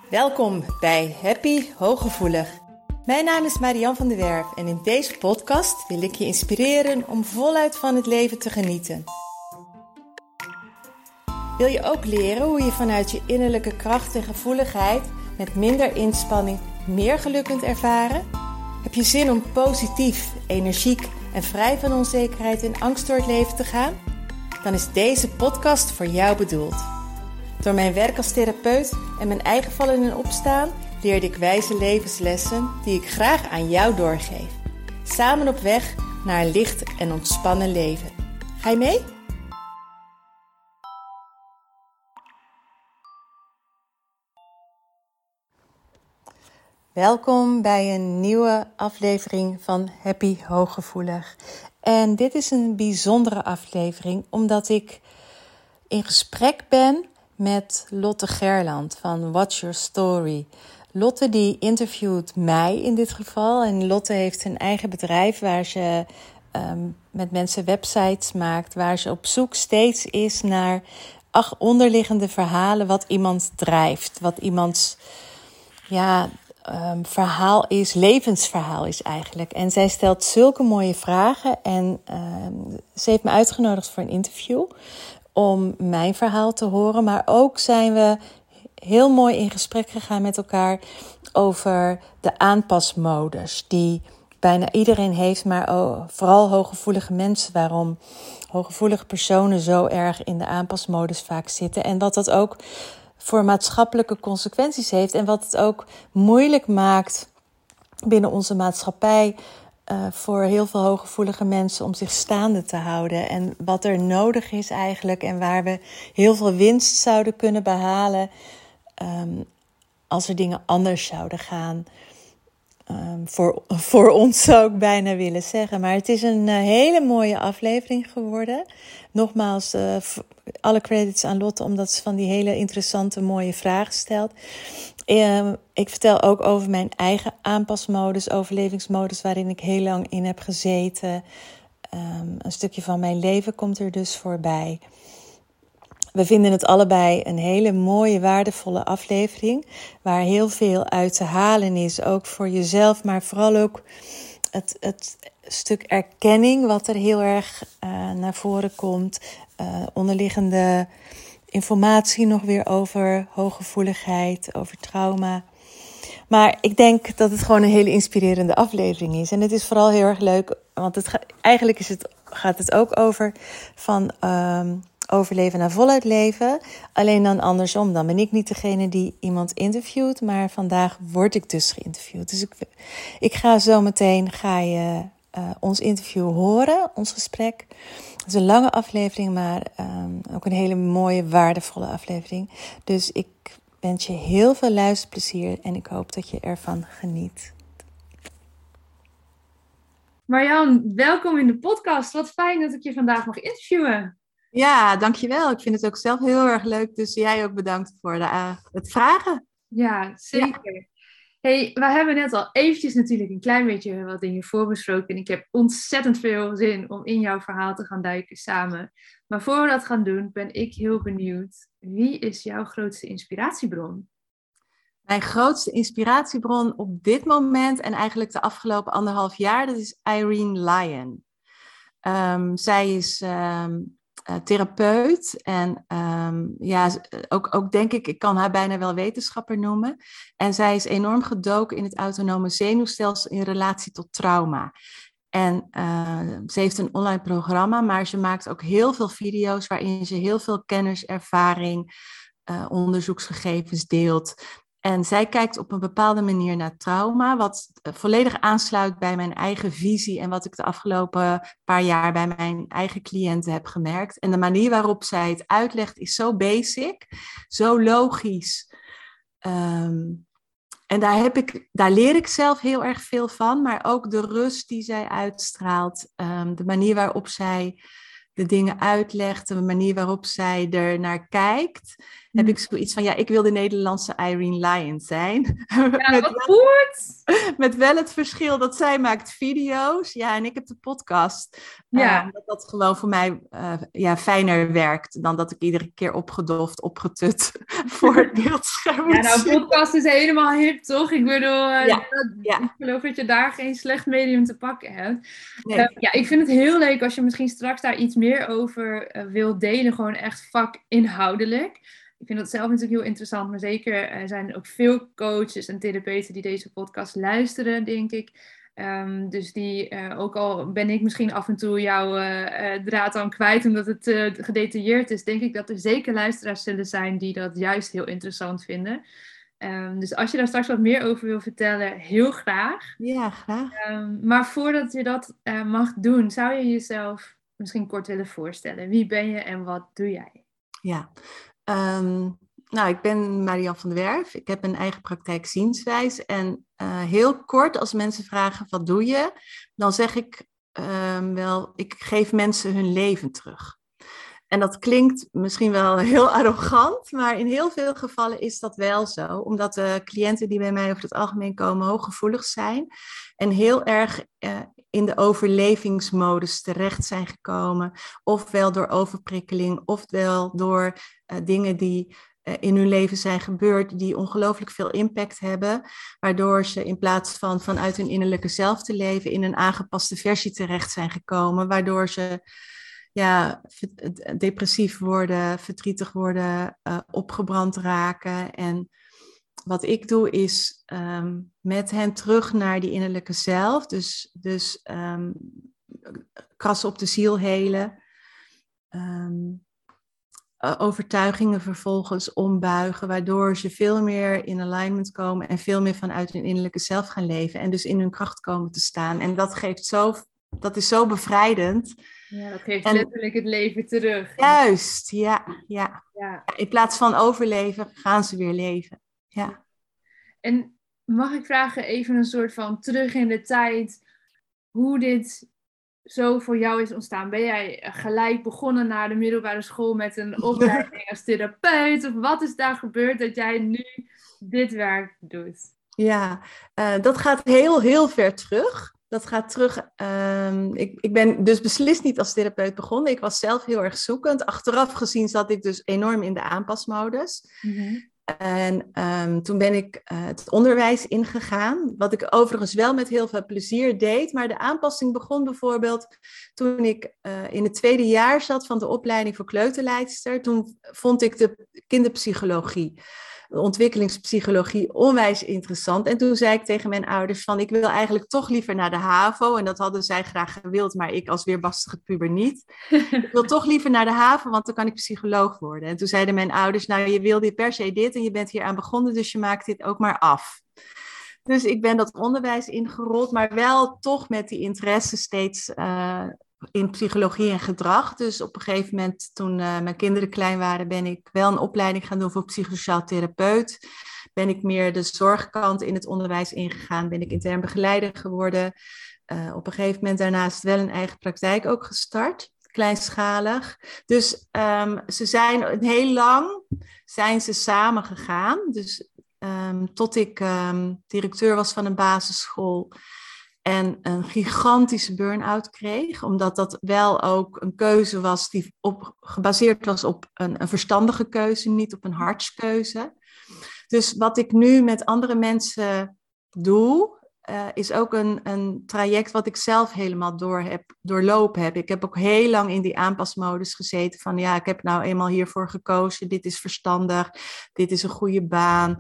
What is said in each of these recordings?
Welkom bij Happy Hooggevoelig. Mijn naam is Marianne van der Werf en in deze podcast wil ik je inspireren om voluit van het leven te genieten. Wil je ook leren hoe je vanuit je innerlijke kracht en gevoeligheid met minder inspanning meer geluk kunt ervaren? Heb je zin om positief, energiek en vrij van onzekerheid en angst door het leven te gaan? Dan is deze podcast voor jou bedoeld. Door mijn werk als therapeut en mijn eigen vallen en opstaan leerde ik wijze levenslessen die ik graag aan jou doorgeef. Samen op weg naar een licht en ontspannen leven. Ga je mee? Welkom bij een nieuwe aflevering van Happy Hooggevoelig. En dit is een bijzondere aflevering omdat ik in gesprek ben met Lotte Gerland van What's Your Story. Lotte die interviewt mij in dit geval. En Lotte heeft een eigen bedrijf waar ze met mensen websites maakt. Waar ze op zoek steeds is naar onderliggende verhalen. Wat iemand drijft. Wat iemands verhaal is. Levensverhaal is eigenlijk. En zij stelt zulke mooie vragen. En ze heeft me uitgenodigd voor een interview om mijn verhaal te horen. Maar ook zijn we heel mooi in gesprek gegaan met elkaar over de aanpasmodus die bijna iedereen heeft, maar vooral hooggevoelige mensen. Waarom hooggevoelige personen zo erg in de aanpasmodus vaak zitten. En wat dat ook voor maatschappelijke consequenties heeft. En wat het ook moeilijk maakt binnen onze maatschappij voor heel veel hooggevoelige mensen om zich staande te houden. En wat er nodig is eigenlijk en waar we heel veel winst zouden kunnen behalen als er dingen anders zouden gaan. Voor ons zou ik bijna willen zeggen. Maar het is een hele mooie aflevering geworden. Nogmaals, alle credits aan Lotte omdat ze van die hele interessante mooie vragen stelt. Ik vertel ook over mijn eigen aanpasmodus, overlevingsmodus, waarin ik heel lang in heb gezeten. Een stukje van mijn leven komt er dus voorbij. We vinden het allebei een hele mooie, waardevolle aflevering, waar heel veel uit te halen is, ook voor jezelf, maar vooral ook het stuk erkenning, wat er heel erg naar voren komt. Onderliggende informatie nog weer over hooggevoeligheid, over trauma. Maar ik denk dat het gewoon een hele inspirerende aflevering is. En het is vooral heel erg leuk, want gaat het ook over van overleven naar voluit leven. Alleen dan andersom. Dan ben ik niet degene die iemand interviewt, maar vandaag word ik dus geïnterviewd. Dus ik ga zo meteen ons interview horen, ons gesprek. Het is een lange aflevering, maar ook een hele mooie, waardevolle aflevering. Dus ik wens je heel veel luisterplezier en ik hoop dat je ervan geniet. Marjan, welkom in de podcast. Wat fijn dat ik je vandaag mag interviewen. Ja, dankjewel. Ik vind het ook zelf heel erg leuk. Dus jij ook bedankt voor het vragen. Ja, zeker. Ja. Hey, we hebben net al eventjes natuurlijk een klein beetje wat dingen voorbesproken. En ik heb ontzettend veel zin om in jouw verhaal te gaan duiken samen. Maar voor we dat gaan doen, ben ik heel benieuwd. Wie is jouw grootste inspiratiebron? Mijn grootste inspiratiebron op dit moment en eigenlijk de afgelopen 1,5 jaar, dat is Irene Lyon. Zij is therapeut en ook denk ik kan haar bijna wel wetenschapper noemen. En zij is enorm gedoken in het autonome zenuwstelsel in relatie tot trauma. En ze heeft een online programma, maar ze maakt ook heel veel video's waarin ze heel veel kennis, ervaring, onderzoeksgegevens deelt. En zij kijkt op een bepaalde manier naar trauma, wat volledig aansluit bij mijn eigen visie en wat ik de afgelopen paar jaar bij mijn eigen cliënten heb gemerkt. En de manier waarop zij het uitlegt is zo basic, zo logisch. En daar leer ik zelf heel erg veel van, maar ook de rust die zij uitstraalt, de manier waarop zij de dingen uitlegt, de manier waarop zij er naar kijkt, heb ik zoiets van, ik wil de Nederlandse Irene Lyon zijn. Ja, wat goed! Met wel het verschil dat zij maakt video's, en ik heb de podcast. Omdat dat gewoon voor mij fijner werkt dan dat ik iedere keer opgedoft, opgetut voor het beeldscherm moet zitten. Podcast is helemaal hip, toch? Ik bedoel, ik geloof dat je daar geen slecht medium te pakken hebt. Nee. Ik vind het heel leuk als je misschien straks daar iets meer over wilt delen, gewoon echt vakinhoudelijk. Ik vind dat zelf natuurlijk heel interessant, maar zeker er zijn ook veel coaches en therapeuten die deze podcast luisteren, denk ik. Dus die, ook al ben ik misschien af en toe jouw draad dan kwijt omdat het gedetailleerd is, denk ik dat er zeker luisteraars zullen zijn die dat juist heel interessant vinden. Dus als je daar straks wat meer over wil vertellen, heel graag. Ja, graag. Maar voordat je dat mag doen, zou je jezelf misschien kort willen voorstellen. Wie ben je en wat doe jij? Ja, ik ben Marianne van der Werf. Ik heb een eigen praktijk zienswijs. En heel kort, als mensen vragen, wat doe je? Dan zeg ik ik geef mensen hun leven terug. En dat klinkt misschien wel heel arrogant, maar in heel veel gevallen is dat wel zo. Omdat de cliënten die bij mij over het algemeen komen hooggevoelig zijn. En heel erg in de overlevingsmodus terecht zijn gekomen. Ofwel door overprikkeling, ofwel door dingen die in hun leven zijn gebeurd, die ongelooflijk veel impact hebben. Waardoor ze in plaats van vanuit hun innerlijke zelf te leven, in een aangepaste versie terecht zijn gekomen. Waardoor ze depressief worden, verdrietig worden, opgebrand raken. En wat ik doe is met hen terug naar die innerlijke zelf. Dus krassen op de ziel helen. Overtuigingen vervolgens ombuigen, waardoor ze veel meer in alignment komen en veel meer vanuit hun innerlijke zelf gaan leven. En dus in hun kracht komen te staan. En dat is zo bevrijdend. Ja, dat geeft letterlijk het leven terug. Juist, ja. In plaats van overleven, gaan ze weer leven. Ja. En mag ik vragen even een soort van terug in de tijd, hoe dit zo voor jou is ontstaan? Ben jij gelijk begonnen na de middelbare school met een opleiding als therapeut? Of wat is daar gebeurd dat jij nu dit werk doet? Ja, dat gaat heel, heel ver terug. Dat gaat terug. Ik ben dus beslist niet als therapeut begonnen. Ik was zelf heel erg zoekend. Achteraf gezien zat ik dus enorm in de aanpasmodus. Mm-hmm. En toen ben ik het onderwijs ingegaan. Wat ik overigens wel met heel veel plezier deed. Maar de aanpassing begon bijvoorbeeld toen ik in het tweede jaar zat van de opleiding voor kleuterleidster. Toen vond ik de kinderpsychologie, de ontwikkelingspsychologie, onwijs interessant. En toen zei ik tegen mijn ouders van, ik wil eigenlijk toch liever naar de HAVO. En dat hadden zij graag gewild, maar ik als weerbarstige puber niet. Ik wil toch liever naar de HAVO, want dan kan ik psycholoog worden. En toen zeiden mijn ouders, nou, je wilde per se dit en je bent hier aan begonnen, dus je maakt dit ook maar af. Dus ik ben dat onderwijs ingerold, maar wel toch met die interesse steeds in psychologie en gedrag. Dus op een gegeven moment, toen mijn kinderen klein waren, ben ik wel een opleiding gaan doen voor psychosociaal therapeut. Ben ik meer de zorgkant in het onderwijs ingegaan. Ben ik intern begeleider geworden. Op een gegeven moment daarnaast wel een eigen praktijk ook gestart. Kleinschalig. Dus ze zijn heel lang samen gegaan. Dus tot ik directeur was van een basisschool. En een gigantische burn-out kreeg, omdat dat wel ook een keuze was die gebaseerd was op een verstandige keuze, niet op een hartskeuze. Dus wat ik nu met andere mensen doe, is ook een traject wat ik zelf helemaal doorlopen heb. Ik heb ook heel lang in die aanpasmodus gezeten van ik heb nou eenmaal hiervoor gekozen, dit is verstandig, dit is een goede baan,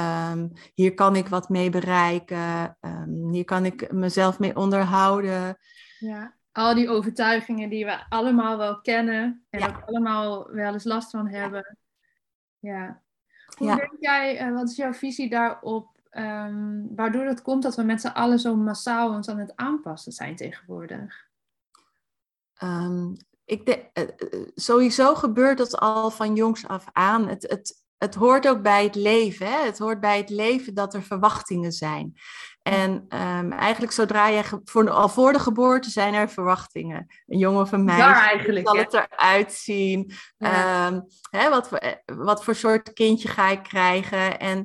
hier kan ik wat mee bereiken, hier kan ik mezelf mee onderhouden. Ja, al die overtuigingen die we allemaal wel kennen en ook allemaal wel eens last van hebben. Ja. Hoe denk jij, wat is jouw visie daarop? Waardoor het komt dat we met z'n allen zo massaal ons aan het aanpassen zijn tegenwoordig? Sowieso gebeurt dat al van jongs af aan. Het hoort ook bij het leven. Hè? Het hoort bij het leven dat er verwachtingen zijn. En eigenlijk zodra je, al voor de geboorte zijn er verwachtingen. Een jongen of een meisje, Daar eigenlijk, hoe zal het eruit zien? Ja. Wat voor soort kindje ga ik krijgen? En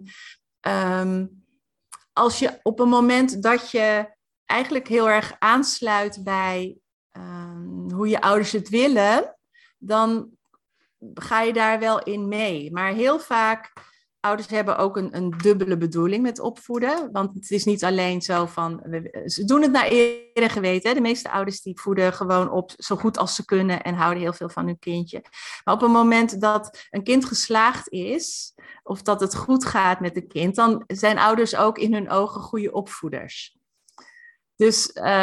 als je op een moment dat je eigenlijk heel erg aansluit bij hoe je ouders het willen, dan ga je daar wel in mee. Maar heel vaak, ouders hebben ook een dubbele bedoeling met opvoeden. Want het is niet alleen zo van, ze doen het naar eer en geweten. Hè? De meeste ouders die voeden gewoon op zo goed als ze kunnen en houden heel veel van hun kindje. Maar op het moment dat een kind geslaagd is, of dat het goed gaat met een kind, dan zijn ouders ook in hun ogen goede opvoeders. Dus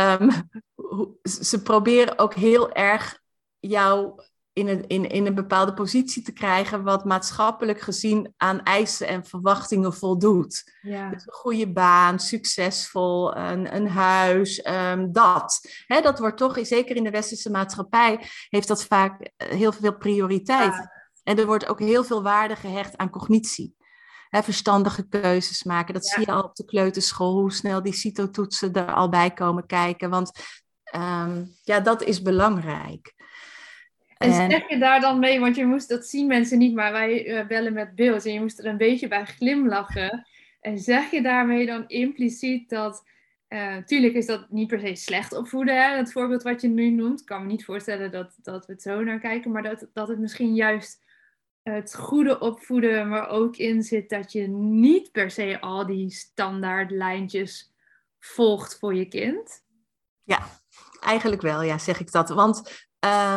ze proberen ook heel erg jou in een bepaalde positie te krijgen, wat maatschappelijk gezien aan eisen en verwachtingen voldoet. Ja. Dus een goede baan, succesvol, een huis, dat. Hè, dat wordt toch, zeker in de westerse maatschappij, heeft dat vaak heel veel prioriteit. Ja. En er wordt ook heel veel waarde gehecht aan cognitie. Verstandige keuzes maken. Dat zie je al op de kleuterschool, hoe snel die CITO-toetsen er al bij komen kijken. Want dat is belangrijk. En zeg je daar dan mee, want dat zien mensen niet, maar wij bellen met beeld en je moest er een beetje bij glimlachen. En zeg je daarmee dan impliciet dat, tuurlijk is dat niet per se slecht opvoeden, hè, het voorbeeld wat je nu noemt. Ik kan me niet voorstellen dat we het zo naar kijken, maar dat het misschien juist het goede opvoeden er ook in zit dat je niet per se al die standaard lijntjes volgt voor je kind? Ja, eigenlijk wel, ja, zeg ik dat. Want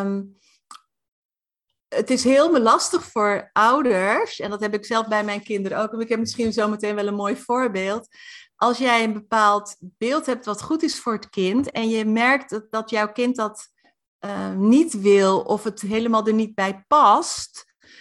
het is heel lastig voor ouders, en dat heb ik zelf bij mijn kinderen ook, en ik heb misschien zo meteen wel een mooi voorbeeld. Als jij een bepaald beeld hebt wat goed is voor het kind en je merkt dat jouw kind dat niet wil of het helemaal er niet bij past,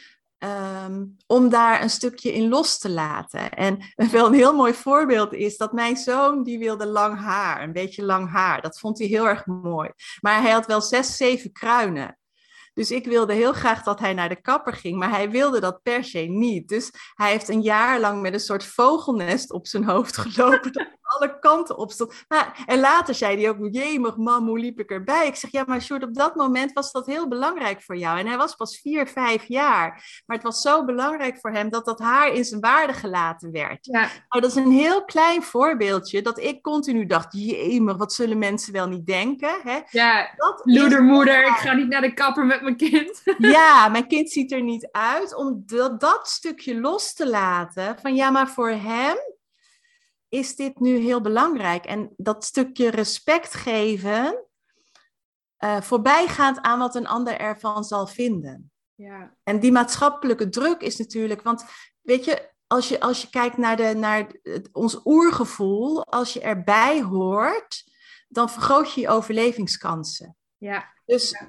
om daar een stukje in los te laten. En wel een heel mooi voorbeeld is dat mijn zoon, die wilde lang haar, een beetje lang haar. Dat vond hij heel erg mooi. Maar hij had wel 6, 7 kruinen. Dus ik wilde heel graag dat hij naar de kapper ging, maar hij wilde dat per se niet. Dus hij heeft een jaar lang met een soort vogelnest op zijn hoofd gelopen, dat alle kanten op stond. Nou, en later zei hij ook, jemig mam, hoe liep ik erbij? Ik zeg, ja, maar Sjoerd, op dat moment was dat heel belangrijk voor jou. En hij was pas 4, 5 jaar. Maar het was zo belangrijk voor hem dat haar in zijn waarde gelaten werd. Ja. Nou, dat is een heel klein voorbeeldje dat ik continu dacht, jemig, wat zullen mensen wel niet denken? Hè? Ja, loedermoeder, ik ga niet naar de kapper met mijn kind. Ja, mijn kind ziet er niet uit. Om dat stukje los te laten. Van ja, maar voor hem is dit nu heel belangrijk. En dat stukje respect geven. Voorbijgaand aan wat een ander ervan zal vinden. Ja. En die maatschappelijke druk is natuurlijk. Want weet je, als je kijkt naar ons oergevoel. Als je erbij hoort. Dan vergroot je je overlevingskansen. Ja. Dus... Ja.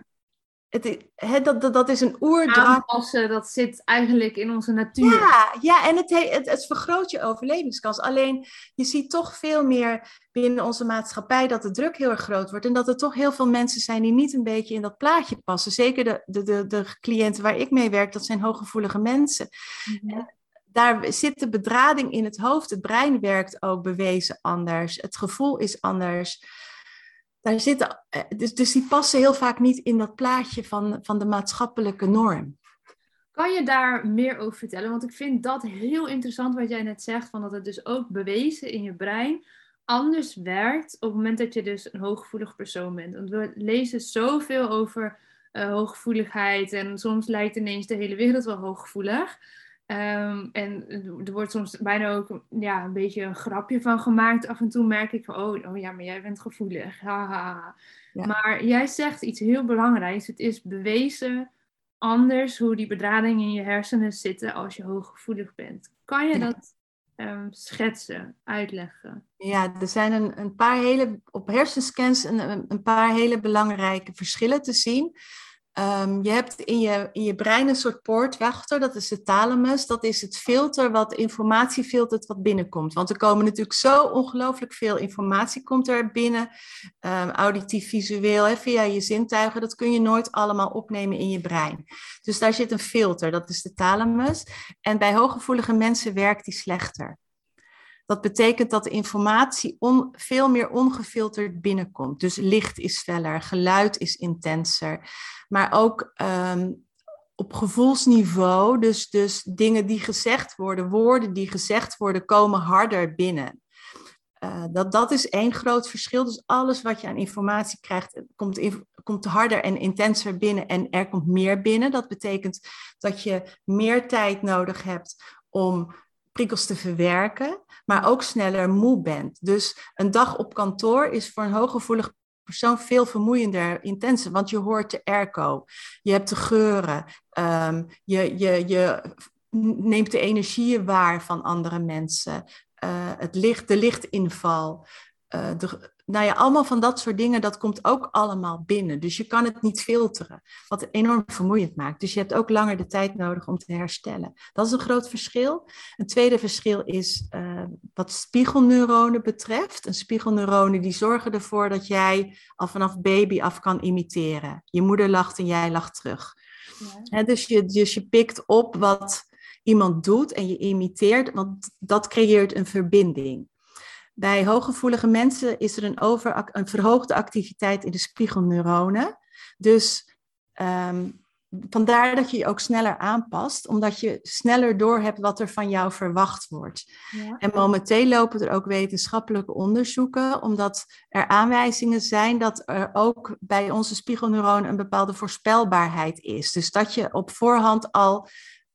Dat is een oerdrang. Aanpassen, dat zit eigenlijk in onze natuur. Ja, en het vergroot je overlevingskans. Alleen, je ziet toch veel meer binnen onze maatschappij dat de druk heel erg groot wordt. En dat er toch heel veel mensen zijn die niet een beetje in dat plaatje passen. Zeker de cliënten waar ik mee werk, dat zijn hooggevoelige mensen. Mm-hmm. Daar zit de bedrading in het hoofd. Het brein werkt ook bewezen anders. Het gevoel is anders. Daar zitten, dus die passen heel vaak niet in dat plaatje van de maatschappelijke norm. Kan je daar meer over vertellen? Want ik vind dat heel interessant wat jij net zegt. Van dat het dus ook bewezen in je brein anders werkt op het moment dat je dus een hooggevoelig persoon bent. Want we lezen zoveel over hooggevoeligheid. En soms lijkt ineens de hele wereld wel hooggevoelig. En er wordt soms bijna ook een beetje een grapje van gemaakt. Af en toe merk ik van, oh ja, maar jij bent gevoelig. Haha. Ja. Maar jij zegt iets heel belangrijks. Het is bewezen anders hoe die bedradingen in je hersenen zitten als je hooggevoelig bent. Kan je dat schetsen, uitleggen? Ja, er zijn een paar op hersenscans een paar hele belangrijke verschillen te zien. Je hebt in je brein een soort poortwachter, dat is de thalamus. Dat is het filter wat informatie filtert wat binnenkomt. Want er komen natuurlijk zo ongelooflijk veel informatie komt er binnen. Auditief, visueel, via je zintuigen. Dat kun je nooit allemaal opnemen in je brein. Dus daar zit een filter, dat is de thalamus. En bij hooggevoelige mensen werkt die slechter. Dat betekent dat de informatie veel meer ongefilterd binnenkomt. Dus licht is feller, geluid is intenser. Maar ook op gevoelsniveau, dus dingen die gezegd worden, woorden die gezegd worden, komen harder binnen. Dat is één groot verschil. Dus alles wat je aan informatie krijgt, komt harder en intenser binnen en er komt meer binnen. Dat betekent dat je meer tijd nodig hebt om prikkels te verwerken, maar ook sneller moe bent. Dus een dag op kantoor is voor een hooggevoelig persoon veel vermoeiender, intenser, want je hoort de airco, je hebt de geuren, je neemt de energieën waar van andere mensen. Het licht, de lichtinval. Allemaal van dat soort dingen, dat komt ook allemaal binnen. Dus je kan het niet filteren, wat enorm vermoeiend maakt. Dus je hebt ook langer de tijd nodig om te herstellen. Dat is een groot verschil. Een tweede verschil is wat spiegelneuronen betreft. Een spiegelneuronen die zorgen ervoor dat jij al vanaf baby af kan imiteren. Je moeder lacht en jij lacht terug. Ja. Dus je pikt op wat iemand doet en je imiteert, want dat creëert een verbinding. Bij hooggevoelige mensen is er een verhoogde activiteit in de spiegelneuronen. Dus vandaar dat je je ook sneller aanpast, omdat je sneller doorhebt wat er van jou verwacht wordt. Ja. En momenteel lopen er ook wetenschappelijke onderzoeken, omdat er aanwijzingen zijn dat er ook bij onze spiegelneuronen een bepaalde voorspelbaarheid is. Dus dat je op voorhand al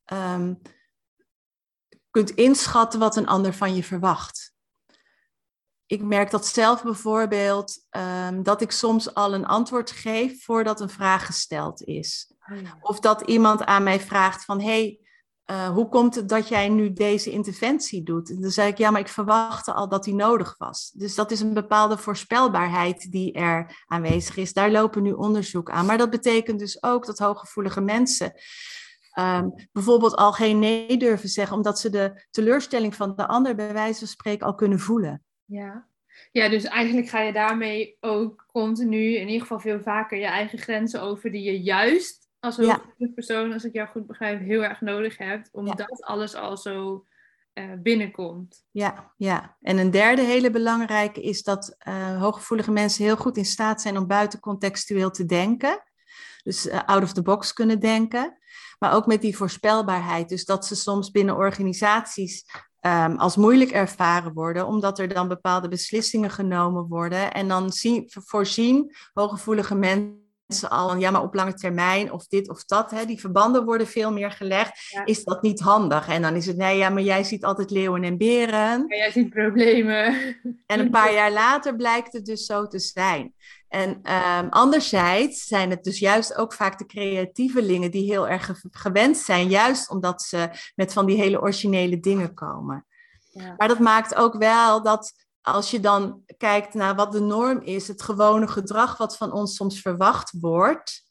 kunt inschatten wat een ander van je verwacht. Ik merk dat zelf bijvoorbeeld, dat ik soms al een antwoord geef voordat een vraag gesteld is. Oh ja. Of dat iemand aan mij vraagt van, hoe komt het dat jij nu deze interventie doet? En dan zeg ik, ja, maar ik verwachtte al dat die nodig was. Dus dat is een bepaalde voorspelbaarheid die er aanwezig is. Daar lopen nu onderzoek aan. Maar dat betekent dus ook dat hooggevoelige mensen bijvoorbeeld al geen nee durven zeggen, omdat ze de teleurstelling van de ander bij wijze van spreken al kunnen voelen. Ja, dus eigenlijk ga je daarmee ook continu, in ieder geval veel vaker, je eigen grenzen over die je juist als hooggevoelig persoon, als ik jou goed begrijp, heel erg nodig hebt, omdat alles al zo binnenkomt. Ja. En een derde hele belangrijke is dat hooggevoelige mensen heel goed in staat zijn om buitencontextueel te denken. Dus out of the box kunnen denken. Maar ook met die voorspelbaarheid. Dus dat ze soms binnen organisaties als moeilijk ervaren worden, omdat er dan bepaalde beslissingen genomen worden. En dan voorzien hooggevoelige mensen al, ja, maar op lange termijn of dit of dat. Die verbanden worden veel meer gelegd. Ja. Is dat niet handig? En dan is het, nee, ja, maar jij ziet altijd leeuwen en beren. Ja, jij ziet problemen. En een paar jaar later blijkt het dus zo te zijn. En anderzijds zijn het dus juist ook vaak de creatievelingen die heel erg gewend zijn, juist omdat ze met van die hele originele dingen komen. Ja. Maar dat maakt ook wel dat als je dan kijkt naar wat de norm is, het gewone gedrag wat van ons soms verwacht wordt,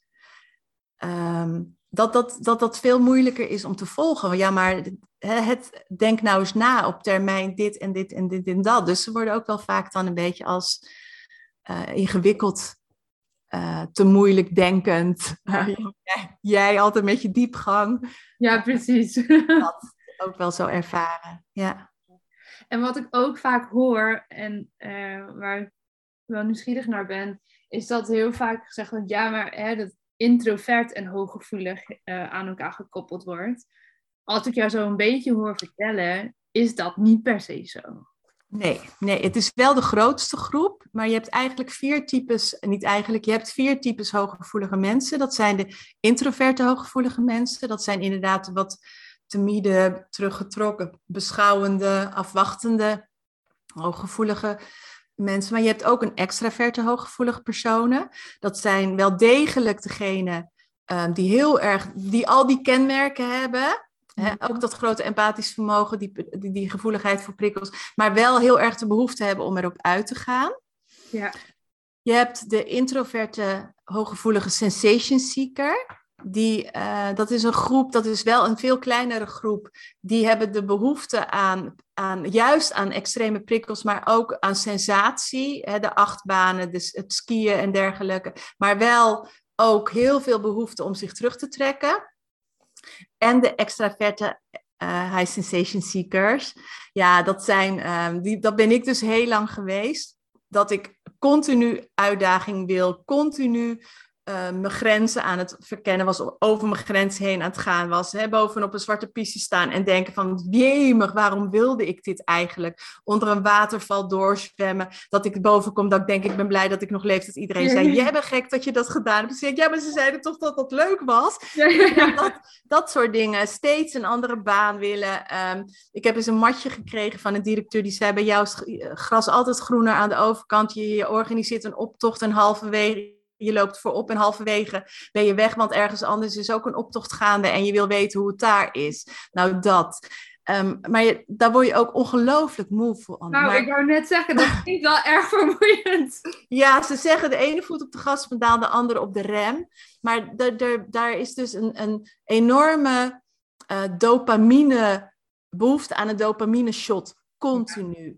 dat veel moeilijker is om te volgen. Ja, maar denk nou eens na op termijn dit en dit en dit en dat. Dus ze worden ook wel vaak dan een beetje als ingewikkeld, te moeilijk denkend. Jij altijd met je diepgang. Ja, precies. Dat ook wel zo ervaren, ja. En wat ik ook vaak hoor, en waar ik wel nieuwsgierig naar ben, is dat heel vaak gezegd wordt, ja, maar dat introvert en hooggevoelig aan elkaar gekoppeld wordt. Als ik jou zo een beetje hoor vertellen, is dat niet per se zo. Nee, het is wel de grootste groep, maar je hebt eigenlijk 4 types, je hebt 4 types hooggevoelige mensen. Dat zijn de introverte hooggevoelige mensen, dat zijn inderdaad wat timide, teruggetrokken, beschouwende, afwachtende, hooggevoelige mensen. Maar je hebt ook een extraverte hooggevoelige personen. Dat zijn wel degelijk degenen die al die kenmerken hebben. Ook dat grote empathisch vermogen, die gevoeligheid voor prikkels, maar wel heel erg de behoefte hebben om erop uit te gaan. Ja. Je hebt de introverte hooggevoelige sensation seeker. Dat is een groep, dat is wel een veel kleinere groep. Die hebben de behoefte juist aan extreme prikkels, maar ook aan sensatie. De achtbanen, het skiën en dergelijke. Maar wel ook heel veel behoefte om zich terug te trekken. En de extraverte high sensation seekers. Ja, dat ben ik dus heel lang geweest. Dat ik continu uitdaging wil, continu mijn grenzen aan het verkennen was, over mijn grens heen aan het gaan was, bovenop een zwarte piste staan en denken van, jemig, waarom wilde ik dit eigenlijk? Onder een waterval doorzwemmen, dat ik boven kom, dat ik denk, ik ben blij dat ik nog leef, dat iedereen zei, jij bent gek dat je dat gedaan hebt. Dus ik zeg, ja, maar ze zeiden toch dat dat leuk was? Dat soort dingen, steeds een andere baan willen. Ik heb eens een matje gekregen van een directeur, die zei, bij jou is gras altijd groener aan de overkant, je organiseert een optocht en halverwege je loopt voorop en halverwege ben je weg, want ergens anders is ook een optocht gaande en je wil weten hoe het daar is. Nou, dat. Maar daar word je ook ongelooflijk moe van. Nou, ik wou net zeggen, dat klinkt wel erg vermoeiend. Ja, ze zeggen de ene voet op de gaspedaal, de andere op de rem. Maar daar is dus een enorme behoefte aan een dopamine shot. Continu.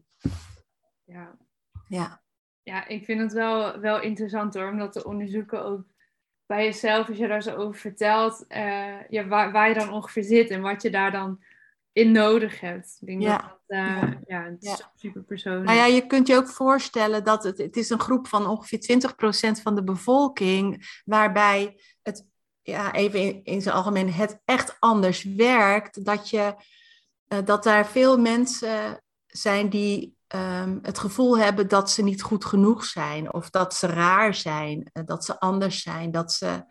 Ja. Ja, ik vind het wel interessant hoor, omdat te onderzoeken ook bij jezelf, als je daar zo over vertelt, waar je dan ongeveer zit en wat je daar dan in nodig hebt. Ik denk het is super persoonlijk. Nou ja, je kunt je ook voorstellen dat het is een groep van ongeveer 20% van de bevolking, waarbij het, even in zijn algemeen, het echt anders werkt, dat daar veel mensen zijn die het gevoel hebben dat ze niet goed genoeg zijn, of dat ze raar zijn, dat ze anders zijn, dat ze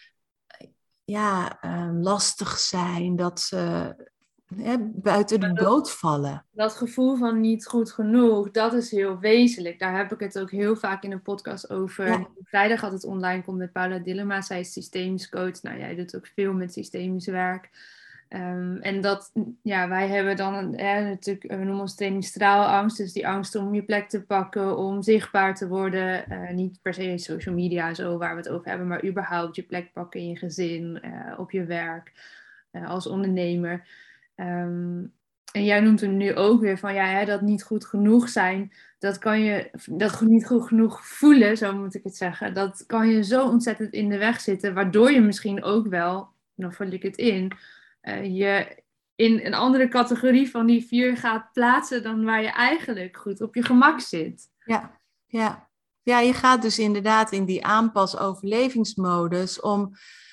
lastig zijn, dat ze buiten de boot vallen. Dat gevoel van niet goed genoeg, dat is heel wezenlijk. Daar heb ik het ook heel vaak in een podcast over. Ja. Vrijdag had het online komt met Paula Dillema. Zij is systemisch coach. Nou, jij doet ook veel met systemisch werk. En dat, wij hebben dan natuurlijk, we noemen ons training straalangst. Dus die angst om je plek te pakken, om zichtbaar te worden. Niet per se social media, zo waar we het over hebben, maar überhaupt je plek pakken in je gezin, op je werk, als ondernemer. En jij noemt hem nu ook weer van dat niet goed genoeg zijn, dat niet goed genoeg voelen, zo moet ik het zeggen. Dat kan je zo ontzettend in de weg zitten, waardoor je misschien ook wel, dan vul ik het in, je in een andere categorie van die 4 gaat plaatsen dan waar je eigenlijk goed op je gemak zit. Ja, je gaat dus inderdaad in die aanpas-overlevingsmodus om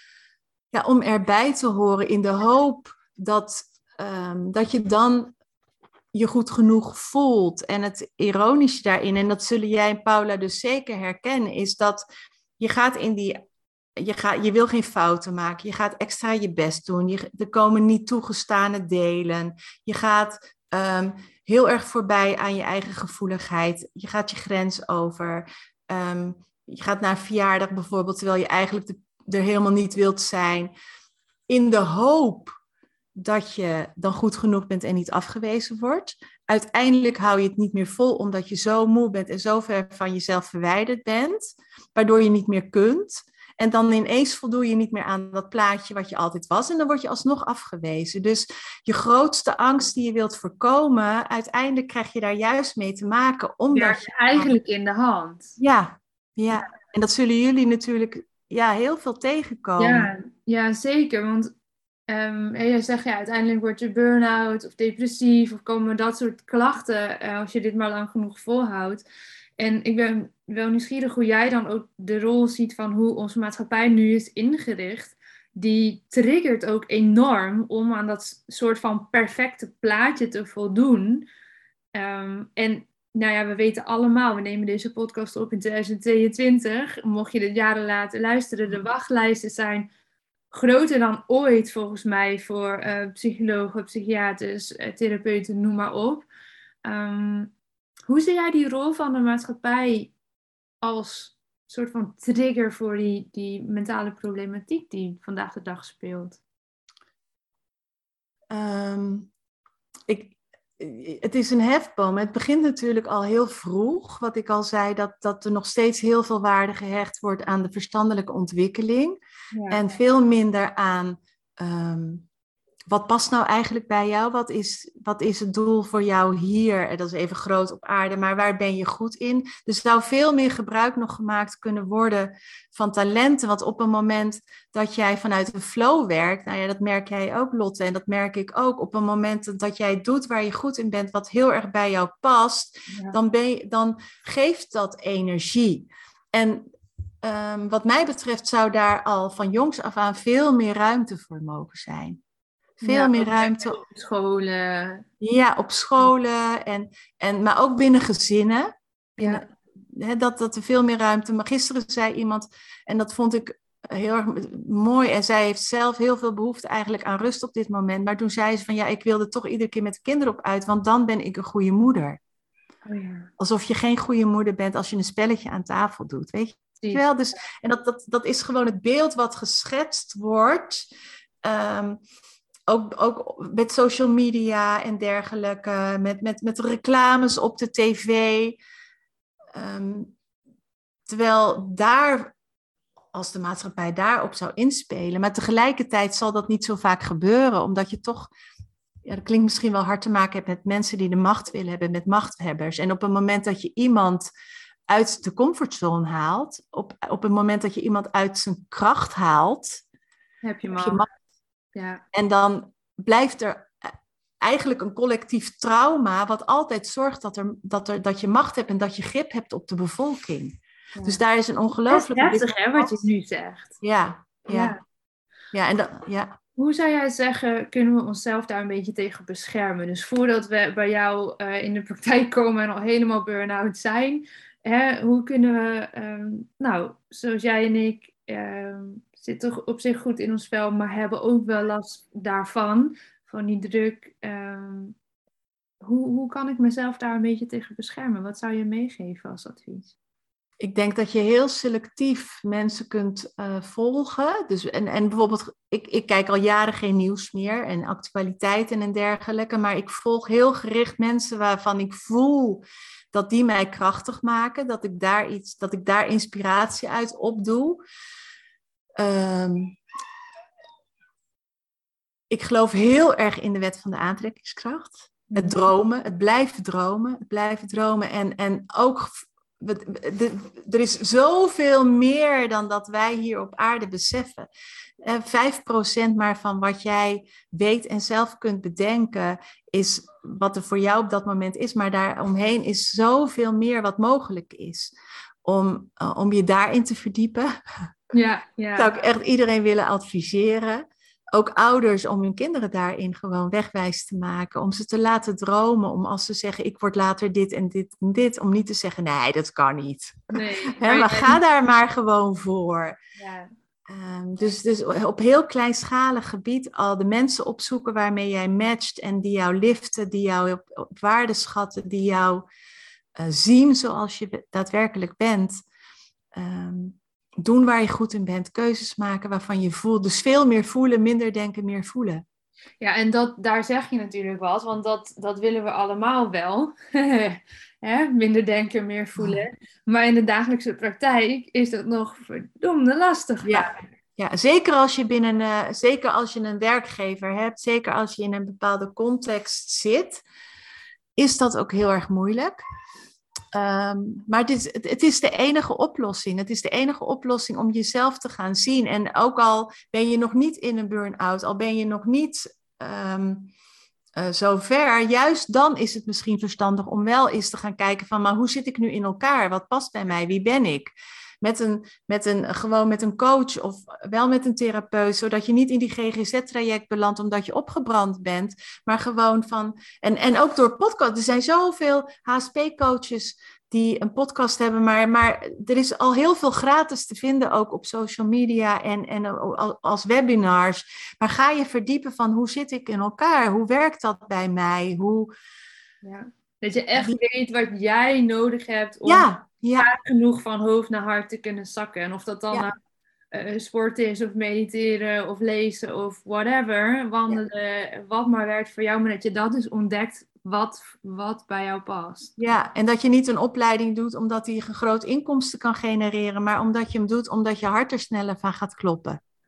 erbij te horen in de hoop dat je dan je goed genoeg voelt. En het ironische daarin, en dat zullen jij en Paula dus zeker herkennen, is dat je gaat in die... Je wil geen fouten maken. Je gaat extra je best doen. Er komen niet toegestane delen. Je gaat heel erg voorbij aan je eigen gevoeligheid. Je gaat je grens over. Je gaat naar een verjaardag bijvoorbeeld, terwijl je eigenlijk er helemaal niet wilt zijn. In de hoop dat je dan goed genoeg bent en niet afgewezen wordt. Uiteindelijk hou je het niet meer vol, omdat je zo moe bent en zo ver van jezelf verwijderd bent, waardoor je niet meer kunt. En dan ineens voldoe je niet meer aan dat plaatje wat je altijd was. En dan word je alsnog afgewezen. Dus je grootste angst die je wilt voorkomen, uiteindelijk krijg je daar juist mee te maken. Omdat je eigenlijk in de hand. Ja. En dat zullen jullie natuurlijk heel veel tegenkomen. Ja, zeker. Want je zegt uiteindelijk word je burn-out of depressief of komen dat soort klachten als je dit maar lang genoeg volhoudt. En ik ben wel nieuwsgierig hoe jij dan ook de rol ziet van hoe onze maatschappij nu is ingericht. Die triggert ook enorm om aan dat soort van perfecte plaatje te voldoen. En we weten allemaal, we nemen deze podcast op in 2022. Mocht je dit jaren later luisteren, de wachtlijsten zijn groter dan ooit volgens mij voor psychologen, psychiaters, therapeuten, noem maar op. Hoe zie jij die rol van de maatschappij als soort van trigger voor die mentale problematiek die vandaag de dag speelt? Het is een hefboom. Het begint natuurlijk al heel vroeg. Wat ik al zei, dat er nog steeds heel veel waarde gehecht wordt aan de verstandelijke ontwikkeling. Ja. En veel minder aan wat past nou eigenlijk bij jou? Wat is het doel voor jou hier? En dat is even groot op aarde, maar waar ben je goed in? Dus zou veel meer gebruik nog gemaakt kunnen worden van talenten. Want op een moment dat jij vanuit een flow werkt, nou ja, dat merk jij ook, Lotte, en dat merk ik ook. Op een moment dat jij doet waar je goed in bent, wat heel erg bij jou past, dan geeft dat energie. En wat mij betreft zou daar al van jongs af aan veel meer ruimte voor mogen zijn. Veel meer ruimte. Op scholen. Ja, op scholen, maar ook binnen gezinnen. Dat er veel meer ruimte. Maar gisteren zei iemand, en dat vond ik heel erg mooi. En zij heeft zelf heel veel behoefte eigenlijk aan rust op dit moment. Maar toen zei ze van ik wilde toch iedere keer met de kinderen op uit. Want dan ben ik een goede moeder. Oh ja. Alsof je geen goede moeder bent als je een spelletje aan tafel doet. Weet je wel? Dus, en dat is gewoon het beeld wat geschetst wordt. Ook met social media en dergelijke, met reclames op de tv. Terwijl daar, als de maatschappij daarop zou inspelen, maar tegelijkertijd zal dat niet zo vaak gebeuren, omdat je toch, dat klinkt misschien wel hard te maken hebt met mensen die de macht willen hebben, met machthebbers. En op het moment dat je iemand uit de comfortzone haalt, op het moment dat je iemand uit zijn kracht haalt, heb je macht. Ja. En dan blijft er eigenlijk een collectief trauma, wat altijd zorgt dat je macht hebt en dat je grip hebt op de bevolking. Ja. Dus daar is een ongelooflijke... Dat is heftig, hè, wat je nu zegt. Ja. Hoe zou jij zeggen, kunnen we onszelf daar een beetje tegen beschermen? Dus voordat we bij jou in de praktijk komen en al helemaal burn-out zijn, hoe kunnen we, zoals jij en ik, zitten toch op zich goed in ons vel, maar hebben ook wel last daarvan, van die druk. Hoe kan ik mezelf daar een beetje tegen beschermen? Wat zou je meegeven als advies? Ik denk dat je heel selectief mensen kunt volgen. Dus, en bijvoorbeeld, ik kijk al jaren geen nieuws meer en actualiteiten en dergelijke, maar ik volg heel gericht mensen waarvan ik voel dat die mij krachtig maken, dat ik daar inspiratie uit opdoe. Ik geloof heel erg in de wet van de aantrekkingskracht. Het dromen, het blijven dromen. En ook, er is zoveel meer dan dat wij hier op aarde beseffen. 5% maar van wat jij weet en zelf kunt bedenken is wat er voor jou op dat moment is. Maar daaromheen is zoveel meer wat mogelijk is. Om je daarin te verdiepen. Ja. Zou ik echt iedereen willen adviseren. Ook ouders om hun kinderen daarin gewoon wegwijs te maken. Om ze te laten dromen. Om als ze zeggen, ik word later dit en dit en dit. Om niet te zeggen, nee, dat kan niet. Nee, maar ga daar maar gewoon voor. Ja. Dus op heel kleinschalig gebied al de mensen opzoeken waarmee jij matcht. En die jou liften, die jou op waarde schatten. Die jou zien zoals je daadwerkelijk bent. Doen waar je goed in bent, keuzes maken waarvan je voelt. Dus veel meer voelen, minder denken, meer voelen. Ja, en daar zeg je natuurlijk wat, want dat willen we allemaal wel. Minder denken, meer voelen. Maar in de dagelijkse praktijk is dat nog verdomde lastig. Ja, zeker als je een werkgever hebt, zeker als je in een bepaalde context zit, is dat ook heel erg moeilijk. Maar het is de enige oplossing. Het is de enige oplossing om jezelf te gaan zien. En ook al ben je nog niet in een burn-out, al ben je nog niet zo ver, juist dan is het misschien verstandig om wel eens te gaan kijken van, maar hoe zit ik nu in elkaar? Wat past bij mij? Wie ben ik? Gewoon met een coach of wel met een therapeut, zodat je niet in die GGZ-traject belandt omdat je opgebrand bent, maar gewoon van, en ook door podcast. Er zijn zoveel HSP-coaches die een podcast hebben, maar er is al heel veel gratis te vinden, ook op social media en als webinars. Maar ga je verdiepen van, hoe zit ik in elkaar? Hoe werkt dat bij mij? Ja. Dat je echt weet wat jij nodig hebt om genoeg van hoofd naar hart te kunnen zakken. En of dat dan sport is, of mediteren, of lezen, of whatever. Wandelen, wat maar werkt voor jou. Maar dat je dat dus ontdekt wat bij jou past. Ja, en dat je niet een opleiding doet omdat die een groot inkomsten kan genereren. Maar omdat je hem doet omdat je hart er sneller van gaat kloppen.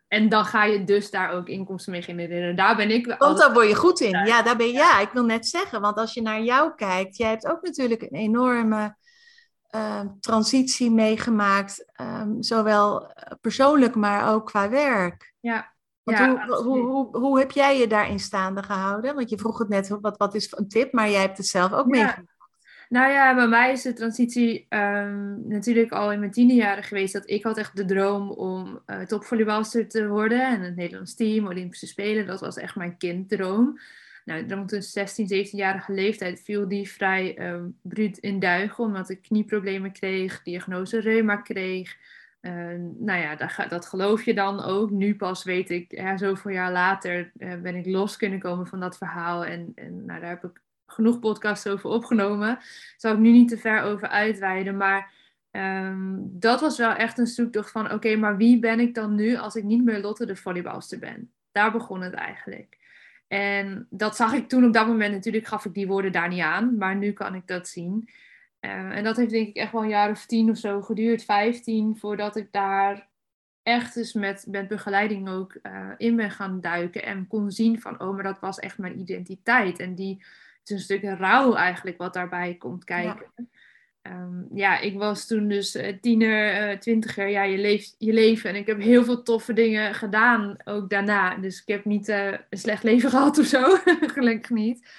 En dan ga je dus daar ook inkomsten mee genereren. Daar ben ik wel Want altijd... daar word je goed in. Ja, daar ben je. Ja, ik wil net zeggen, want als je naar jou kijkt, jij hebt ook natuurlijk een enorme transitie meegemaakt, zowel persoonlijk, maar ook qua werk. Ja, Want ja, absoluut. hoe heb jij je daarin staande gehouden? Want je vroeg het net, wat is een tip, maar jij hebt het zelf ook Ja. meegemaakt. Nou ja, bij mij is de transitie natuurlijk al in mijn 10e jaren geweest. Dat ik had echt de droom om topvolleybalster te worden. En het Nederlands team, Olympische Spelen, dat was echt mijn kinddroom. Nou, rond een 16, 17-jarige leeftijd viel die vrij bruut in duigen. Omdat ik knieproblemen kreeg, diagnose reuma kreeg. Nou ja, dat geloof je dan ook. Nu pas weet ik, zoveel jaar later ben ik los kunnen komen van dat verhaal. En nou, daar heb ik genoeg podcasts over opgenomen. Daar zal ik nu niet te ver over uitweiden. Maar dat was wel echt een zoektocht van... Oké, maar wie ben ik dan nu als ik niet meer Lotte de volleybalster ben? Daar begon het eigenlijk. En dat zag ik toen op dat moment. Natuurlijk gaf ik die woorden daar niet aan. Maar nu kan ik dat zien. En dat heeft denk ik echt wel een jaar of 10 of zo geduurd. 15, voordat ik daar echt dus met begeleiding ook in ben gaan duiken. En kon zien van, oh, maar dat was echt mijn identiteit. En het is een stuk rouw eigenlijk wat daarbij komt kijken. Ja, ik was toen dus tiener, 20er. Ja, je leven. En ik heb heel veel toffe dingen gedaan ook daarna. Dus ik heb niet een slecht leven gehad of zo. Gelukkig niet.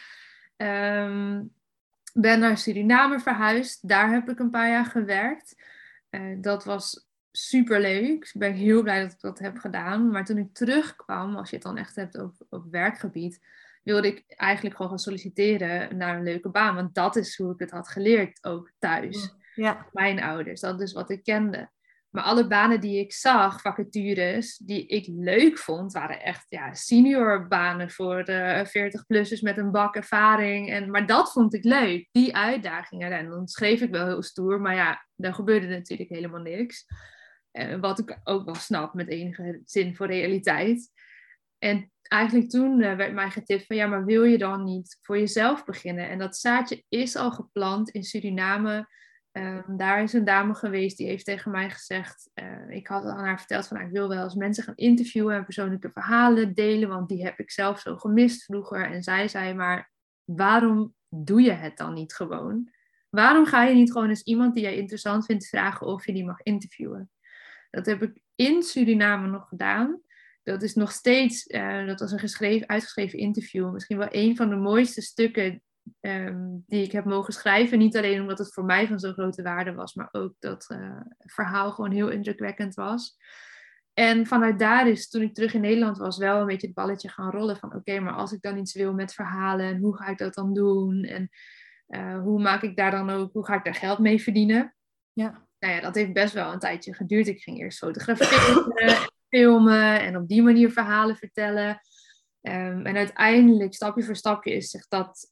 Ben naar Suriname verhuisd. Daar heb ik een paar jaar gewerkt. Dat was super leuk. Ik ben heel blij dat ik dat heb gedaan. Maar toen ik terugkwam, als je het dan echt hebt op werkgebied, wilde ik eigenlijk gewoon gaan solliciteren naar een leuke baan. Want dat is hoe ik het had geleerd, ook thuis. Ja. Mijn ouders, dat is wat ik kende. Maar alle banen die ik zag, vacatures, die ik leuk vond, waren echt senior banen voor 40-plussers met een bak ervaring. Maar dat vond ik leuk, die uitdagingen. En dan schreef ik wel heel stoer, maar ja, daar gebeurde natuurlijk helemaal niks. Wat ik ook wel snap met enige zin voor realiteit. En eigenlijk toen werd mij getipt van, ja, maar wil je dan niet voor jezelf beginnen? En dat zaadje is al geplant in Suriname. Daar is een dame geweest die heeft tegen mij gezegd, ik had aan haar verteld van, ik wil wel eens mensen gaan interviewen en persoonlijke verhalen delen, want die heb ik zelf zo gemist vroeger. En zij zei, maar waarom doe je het dan niet gewoon? Waarom ga je niet gewoon eens iemand die jij interessant vindt vragen of je die mag interviewen? Dat heb ik in Suriname nog gedaan. Dat is nog steeds, dat was een uitgeschreven interview, misschien wel een van de mooiste stukken die ik heb mogen schrijven. Niet alleen omdat het voor mij van zo'n grote waarde was, maar ook dat het verhaal gewoon heel indrukwekkend was. En vanuit daar is, toen ik terug in Nederland was, wel een beetje het balletje gaan rollen van oké, maar als ik dan iets wil met verhalen, en hoe ga ik dat dan doen? En hoe ga ik daar geld mee verdienen? Ja. Nou ja, dat heeft best wel een tijdje geduurd. Ik ging eerst fotograferen en filmen en op die manier verhalen vertellen. En uiteindelijk, stapje voor stapje, is zich dat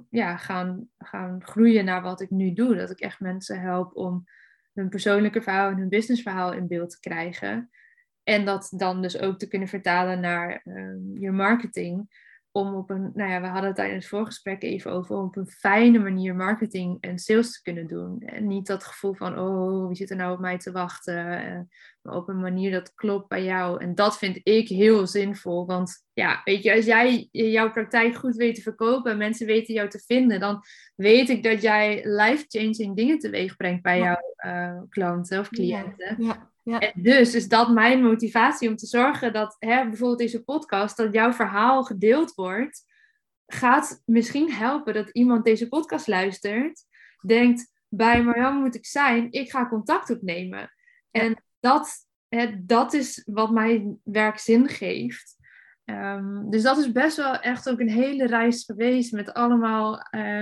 gaan groeien naar wat ik nu doe. Dat ik echt mensen help om hun persoonlijke verhaal en hun businessverhaal in beeld te krijgen. En dat dan dus ook te kunnen vertalen naar je marketing. Om op een, we hadden het tijdens het voorgesprek even over, om op een fijne manier marketing en sales te kunnen doen. En niet dat gevoel van, oh, wie zit er nou op mij te wachten? Maar op een manier dat klopt bij jou. En dat vind ik heel zinvol. Want ja, weet je, als jij jouw praktijk goed weet te verkopen en mensen weten jou te vinden, dan weet ik dat jij life-changing dingen teweeg brengt bij jouw klanten of cliënten. Ja. Ja. En dus is dat mijn motivatie om te zorgen dat bijvoorbeeld deze podcast, dat jouw verhaal gedeeld wordt, gaat misschien helpen dat iemand deze podcast luistert, denkt, bij Marjan moet ik zijn, ik ga contact opnemen. Ja. En dat is wat mijn werk zin geeft. Dus dat is best wel echt ook een hele reis geweest met allemaal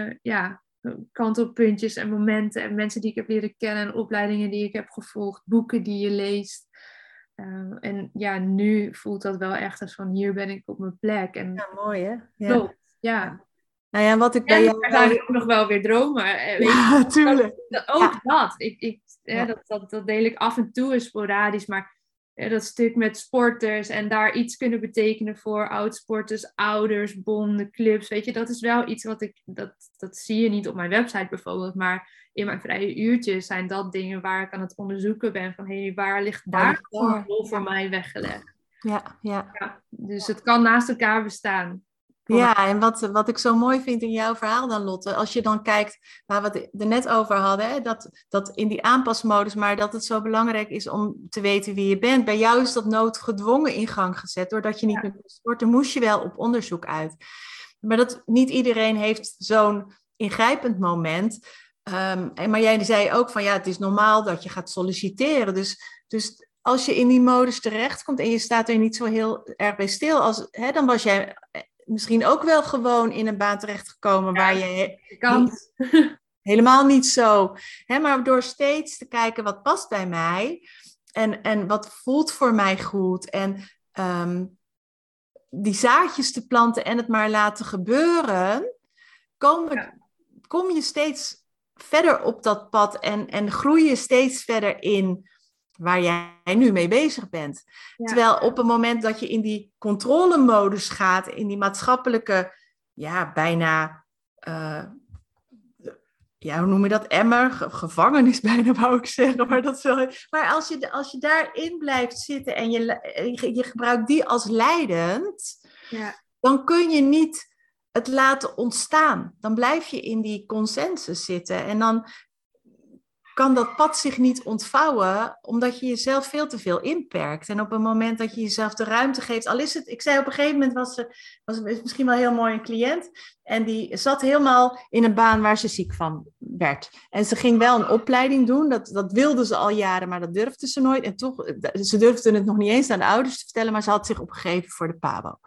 kantelpuntjes en momenten en mensen die ik heb leren kennen en opleidingen die ik heb gevolgd, boeken die je leest. En ja, nu voelt dat wel echt als van hier ben ik op mijn plek. En ja, mooi hè? Ja. Klopt, ja. Nou ja, wat ik bij jou... Er zijn ook nog wel weer dromen. Ja, tuurlijk. Dat deel ik af en toe sporadisch, maar dat stuk met sporters en daar iets kunnen betekenen voor oudsporters, ouders, bonden, clubs, weet je, dat is wel iets wat dat zie je niet op mijn website bijvoorbeeld, maar in mijn vrije uurtjes zijn dat dingen waar ik aan het onderzoeken ben van, waar ligt daar een rol voor mij weggelegd? Ja, ja. Ja, dus het kan naast elkaar bestaan. Ja, en wat ik zo mooi vind in jouw verhaal dan, Lotte, als je dan kijkt waar we het er net over hadden, hè, dat in die aanpasmodus, maar dat het zo belangrijk is om te weten wie je bent. Bij jou is dat noodgedwongen in gang gezet, doordat je niet meer kon sporten, moest je wel op onderzoek uit. Maar niet iedereen heeft zo'n ingrijpend moment. Maar jij zei ook van ja, het is normaal dat je gaat solliciteren. Dus als je in die modus terechtkomt en je staat er niet zo heel erg bij stil, dan was jij misschien ook wel gewoon in een baan terechtgekomen waar je helemaal niet zo. Maar door steeds te kijken wat past bij mij en wat voelt voor mij goed en die zaadjes te planten en het maar laten gebeuren, kom je steeds verder op dat pad en groei je steeds verder in waar jij nu mee bezig bent. Ja. Terwijl op het moment dat je in die controlemodus gaat, in die maatschappelijke, bijna, hoe noem je dat, emmer? Gevangenis bijna, wou ik zeggen. Maar als je daarin blijft zitten en je gebruikt die als leidend, dan kun je niet het laten ontstaan. Dan blijf je in die consensus zitten en dan kan dat pad zich niet ontvouwen, omdat je jezelf veel te veel inperkt. En op het moment dat je jezelf de ruimte geeft, al is het, ik zei op een gegeven moment, was misschien wel heel mooi een cliënt, en die zat helemaal in een baan waar ze ziek van werd. En ze ging wel een opleiding doen, dat wilde ze al jaren, maar dat durfde ze nooit. En toch, ze durfde het nog niet eens aan de ouders te vertellen, maar ze had zich opgegeven voor de PABO.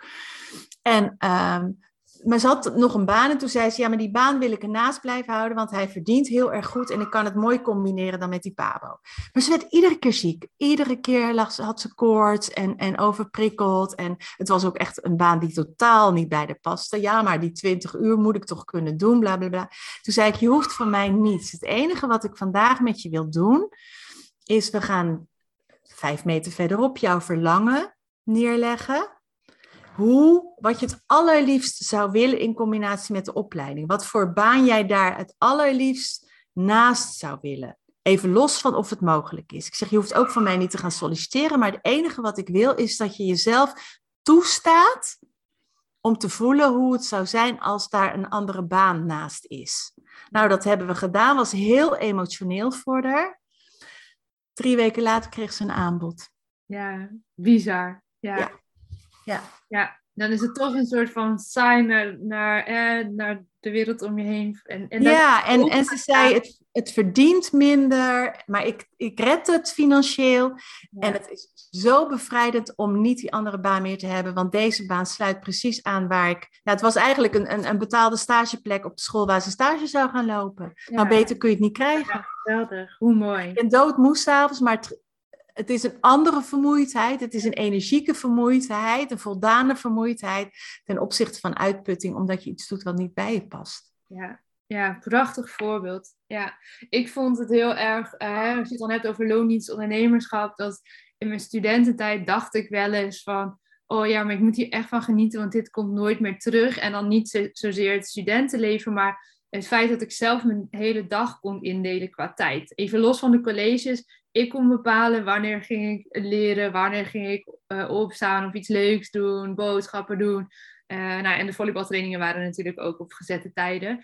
Maar ze had nog een baan en toen zei ze, ja, maar die baan wil ik ernaast blijven houden, want hij verdient heel erg goed en ik kan het mooi combineren dan met die PABO. Maar ze werd iedere keer ziek. Iedere keer had ze koorts en overprikkeld. En het was ook echt een baan die totaal niet bij haar paste. Ja, maar die 20 uur moet ik toch kunnen doen, bla bla bla. Toen zei ik, je hoeft van mij niets. Het enige wat ik vandaag met je wil doen, is we gaan 5 meter verderop jouw verlangen neerleggen. Wat je het allerliefst zou willen in combinatie met de opleiding. Wat voor baan jij daar het allerliefst naast zou willen. Even los van of het mogelijk is. Ik zeg, je hoeft ook van mij niet te gaan solliciteren. Maar het enige wat ik wil is dat je jezelf toestaat om te voelen hoe het zou zijn als daar een andere baan naast is. Nou, dat hebben we gedaan. Was heel emotioneel voor haar. 3 weken later kreeg ze een aanbod. Ja, bizar. Ja, dan is het toch een soort van sign naar de wereld om je heen. En ze zei, het verdient minder, maar ik red het financieel. Ja. En het is zo bevrijdend om niet die andere baan meer te hebben, want deze baan sluit precies aan waar ik... het was eigenlijk een betaalde stageplek op de school waar ze stage zou gaan lopen. Ja. Maar beter kun je het niet krijgen. Ja, geweldig. Hoe mooi. Ik ben doodmoe 's avonds, maar het is een andere vermoeidheid. Het is een energieke vermoeidheid, een voldane vermoeidheid ten opzichte van uitputting, omdat je iets doet wat niet bij je past. Ja, prachtig voorbeeld. Ja, ik vond het heel erg, als je het dan hebt over loondienst ondernemerschap, dat in mijn studententijd dacht ik wel eens van, oh ja, maar ik moet hier echt van genieten, want dit komt nooit meer terug. En dan niet zozeer het studentenleven, maar het feit dat ik zelf mijn hele dag kon indelen qua tijd. Even los van de colleges. Ik kon bepalen wanneer ging ik leren, wanneer ging ik opstaan of iets leuks doen, boodschappen doen. En de volleybaltrainingen waren natuurlijk ook op gezette tijden.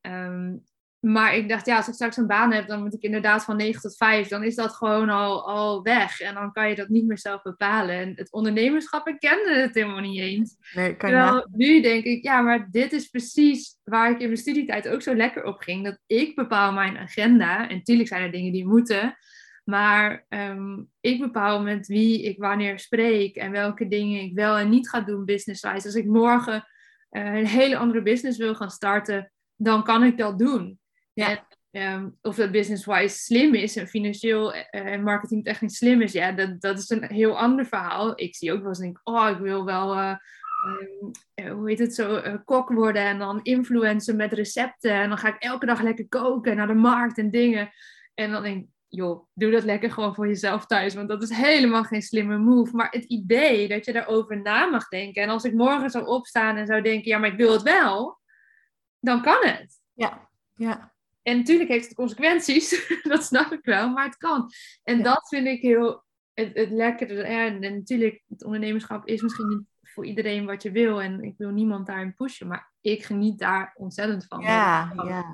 Maar ik dacht, als ik straks een baan heb, dan moet ik inderdaad van 9 tot 5. Dan is dat gewoon al weg. En dan kan je dat niet meer zelf bepalen. En het ondernemerschap, ik kende het helemaal niet eens. Nee, Terwijl nu denk ik, maar dit is precies waar ik in mijn studietijd ook zo lekker op ging. Dat ik bepaal mijn agenda. En natuurlijk zijn er dingen die moeten. Maar ik bepaal met wie ik wanneer spreek. En welke dingen ik wel en niet ga doen business-wise. Als ik morgen een hele andere business wil gaan starten, dan kan ik dat doen. Ja. En of dat business-wise slim is en financieel en marketingtechnisch slim is, dat is een heel ander verhaal. Ik zie ook wel eens, ik wil wel, kok worden en dan influencer met recepten. En dan ga ik elke dag lekker koken naar de markt en dingen. En dan denk ik, joh, doe dat lekker gewoon voor jezelf thuis, want dat is helemaal geen slimme move. Maar het idee dat je daarover na mag denken, en als ik morgen zou opstaan en zou denken, maar ik wil het wel, dan kan het. Ja. En natuurlijk heeft het consequenties, dat snap ik wel, maar het kan. En dat vind ik heel het lekkere, en natuurlijk, het ondernemerschap is misschien niet voor iedereen wat je wil. En ik wil niemand daarin pushen, maar ik geniet daar ontzettend van. Ja.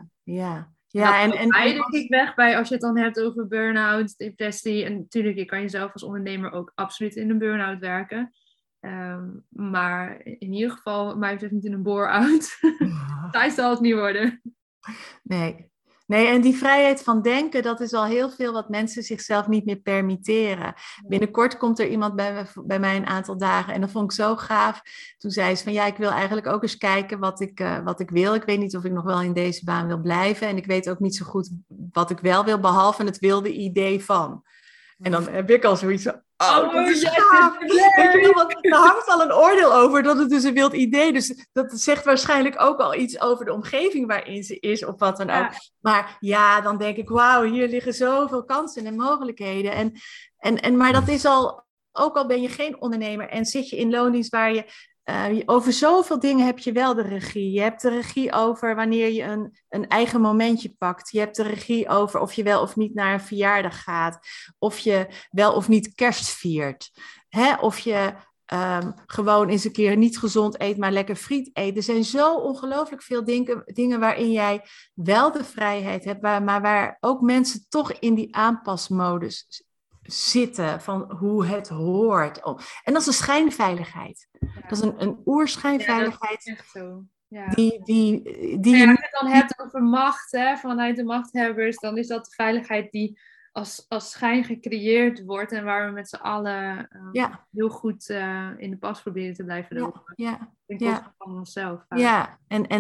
En dat En, valt en, mij en denk ik weg bij als je het dan hebt over burn-out, depressie. En natuurlijk, je kan jezelf als ondernemer ook absoluut in een burn-out werken. Maar in ieder geval, mij betreft niet in een bore-out. Zij zal het niet worden. Nee, en die vrijheid van denken, dat is al heel veel wat mensen zichzelf niet meer permitteren. Binnenkort komt er iemand bij mij een aantal dagen en dat vond ik zo gaaf. Toen zei ze van ja, ik wil eigenlijk ook eens kijken wat ik wil. Ik weet niet of ik nog wel in deze baan wil blijven en ik weet ook niet zo goed wat ik wel wil, behalve het wilde idee van. En dan heb ik al zoiets van, dat is gaaf. Weet je wel, want er hangt al een oordeel over dat het dus een wild idee. Dus dat zegt waarschijnlijk ook al iets over de omgeving waarin ze is of wat dan ook. Maar ja, dan denk ik, wauw, hier liggen zoveel kansen en mogelijkheden. Maar dat is ook al ben je geen ondernemer en zit je in loondienst waar je over zoveel dingen heb je wel de regie. Je hebt de regie over wanneer je een eigen momentje pakt. Je hebt de regie over of je wel of niet naar een verjaardag gaat. Of je wel of niet kerst viert. Of je gewoon eens een keer niet gezond eet, maar lekker friet eet. Er zijn zo ongelooflijk veel dingen waarin jij wel de vrijheid hebt. Maar waar ook mensen toch in die aanpasmodus zitten van hoe het hoort. En dat is een schijnveiligheid. Ja. Dat is een oerschijnveiligheid. Ja, dat is echt zo. Ja. Die als je het dan hebt over macht, vanuit de machthebbers, dan is dat de veiligheid die als schijn gecreëerd wordt en waar we met z'n allen heel goed in de pas proberen te blijven lopen. Ten koste van onszelf. Ja,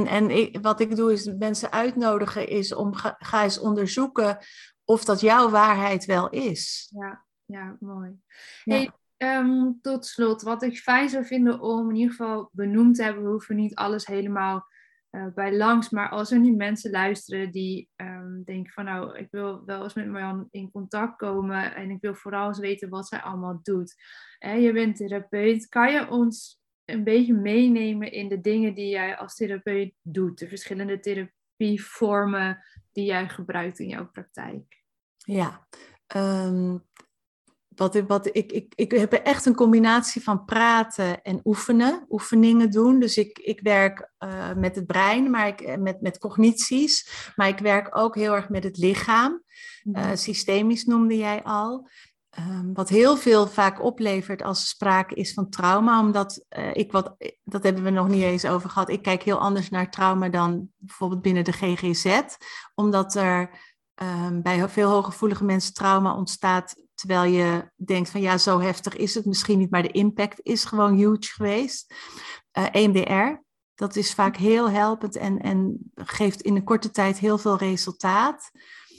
wat ik doe is mensen uitnodigen is om ga eens onderzoeken of dat jouw waarheid wel is. Ja, mooi. Ja. Hey, tot slot, wat ik fijn zou vinden om in ieder geval benoemd te hebben, we hoeven niet alles helemaal bij langs, maar als er nu mensen luisteren die denken van nou, ik wil wel eens met Marjan in contact komen en ik wil vooral eens weten wat zij allemaal doet. Je bent therapeut, kan je ons een beetje meenemen in de dingen die jij als therapeut doet, de verschillende therapievormen die jij gebruikt in jouw praktijk? Ja, ik heb echt een combinatie van praten en oefeningen doen. Dus ik werk met het brein, maar met cognities, maar ik werk ook heel erg met het lichaam. Systemisch noemde jij al. Wat heel veel vaak oplevert als er sprake is van trauma, omdat dat hebben we nog niet eens over gehad. Ik kijk heel anders naar trauma dan bijvoorbeeld binnen de GGZ, omdat er bij veel hooggevoelige mensen trauma ontstaat, terwijl je denkt van ja, zo heftig is het misschien niet, maar de impact is gewoon huge geweest. EMDR, dat is vaak heel helpend en geeft in een korte tijd heel veel resultaat.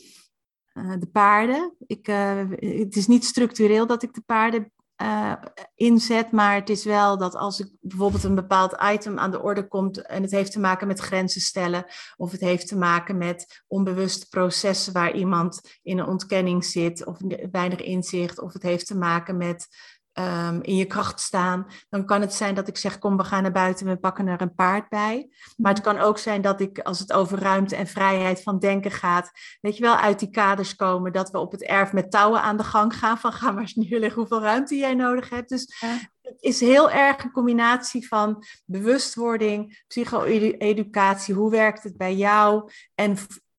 De paarden, het is niet structureel dat ik de paarden inzet, maar het is wel dat als ik bijvoorbeeld een bepaald item aan de orde komt en het heeft te maken met grenzen stellen of het heeft te maken met onbewuste processen waar iemand in een ontkenning zit of weinig inzicht of het heeft te maken met in je kracht staan, dan kan het zijn dat ik zeg kom we gaan naar buiten, we pakken er een paard bij. Maar het kan ook zijn dat ik als het over ruimte en vrijheid van denken gaat, weet je wel, uit die kaders komen dat we op het erf met touwen aan de gang gaan van ga maar eens neerleggen hoeveel ruimte jij nodig hebt. Dus het is heel erg een combinatie van bewustwording, psycho-educatie, hoe werkt het bij jou en